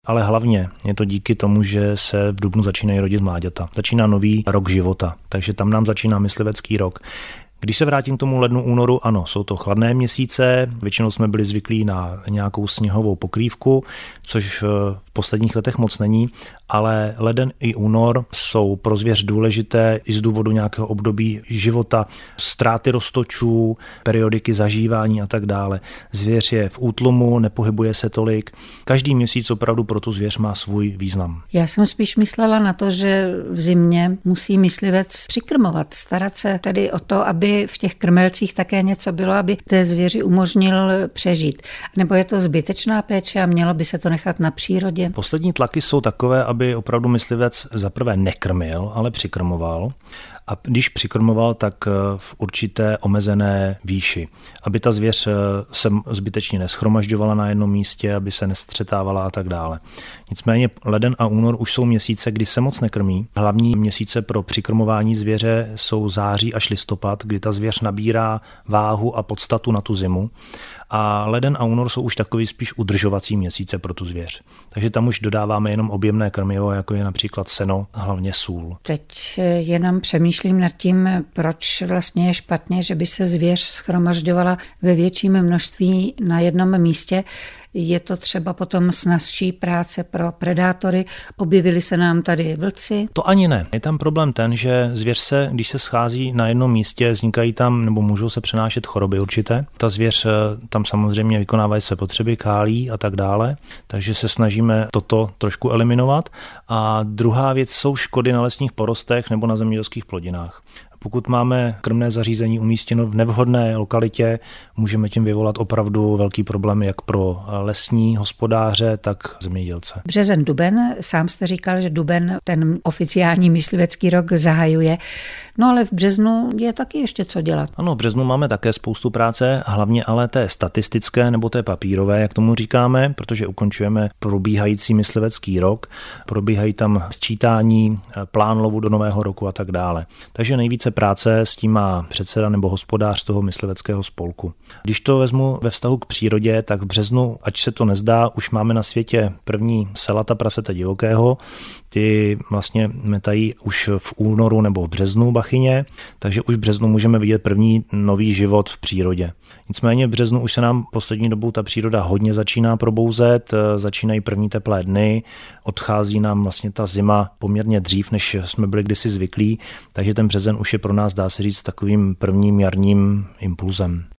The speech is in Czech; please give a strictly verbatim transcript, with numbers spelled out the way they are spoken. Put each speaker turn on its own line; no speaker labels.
ale hlavně je to díky tomu, že se v dubnu začínají rodit mláďata. Začíná nový rok života, takže tam nám začíná myslivecký rok. Když se vrátím k tomu lednu, únoru, ano, jsou to chladné měsíce, většinou jsme byli zvyklí na nějakou sněhovou pokrývku, což v posledních letech moc není, ale leden i únor jsou pro zvěř důležité i z důvodu nějakého období života, ztráty roztočů, periodiky zažívání a tak dále. Zvěř je v útlumu, nepohybuje se tolik. Každý měsíc opravdu pro tu zvěř má svůj význam.
Já jsem spíš myslela na to, že v zimě musí myslivec přikrmovat, starat se tedy o to, aby v těch krmelcích také něco bylo, aby té zvěři umožnil přežít. Nebo je to zbytečná péče a mělo by se to nechat na přírodě?
Poslední tlaky jsou takové, aby opravdu myslivec zaprvé nekrmil, ale přikrmoval. A když přikrmoval, tak v určité omezené výši, aby ta zvěř se zbytečně neschromažďovala na jednom místě, aby se nestřetávala a tak dále. Nicméně leden a únor už jsou měsíce, kdy se moc nekrmí. Hlavní měsíce pro přikrmování zvěře jsou září až listopad, kdy ta zvěř nabírá váhu a podstatu na tu zimu. A leden a únor jsou už takový spíš udržovací měsíce pro tu zvěř. Takže tam už dodáváme jenom objemné krmivo, jako je například seno, hlavně sůl.
Teď jenom přemýšlím nad tím, proč vlastně je špatně, že by se zvěř shromažďovala ve větším množství na jednom místě. Je to třeba potom snazší práce pro predátory. Objevili se nám tady vlci?
To ani ne. Je tam problém ten, že zvěř se, když se schází na jednom místě, vznikají tam nebo můžou se přenášet choroby určité. Ta zvěř tam samozřejmě vykonává své potřeby, kálí a tak dále, takže se snažíme toto trošku eliminovat. A druhá věc jsou škody na lesních porostech nebo na zemědělských plodinách. Pokud máme krmné zařízení umístěno v nevhodné lokalitě, můžeme tím vyvolat opravdu velký problém jak pro lesní hospodáře, tak zemědělce.
Březen, duben, sám jste říkal, že duben ten oficiální myslivecký rok zahajuje, no ale v březnu je taky ještě co dělat.
Ano, v březnu máme také spoustu práce, hlavně ale té statistické nebo té papírové, jak tomu říkáme, protože ukončujeme probíhající myslivecký rok, probíhají tam sčítání, plán lovu do nového roku a tak dále. Takže nejvíce práce s tím má předseda nebo hospodář toho mysliveckého spolku. Když to vezmu ve vztahu k přírodě, tak v březnu, ať se to nezdá, už máme na světě první selata prasete divokého. Ty vlastně metají už v únoru nebo v březnu bachyně, takže už v březnu můžeme vidět první nový život v přírodě. Nicméně v březnu už se nám poslední dobou ta příroda hodně začíná probouzet, začínají první teplé dny, odchází nám vlastně ta zima poměrně dřív, než jsme byli kdysi zvyklí, takže ten březen už je pro nás, dá se říct, takovým prvním jarním impulzem.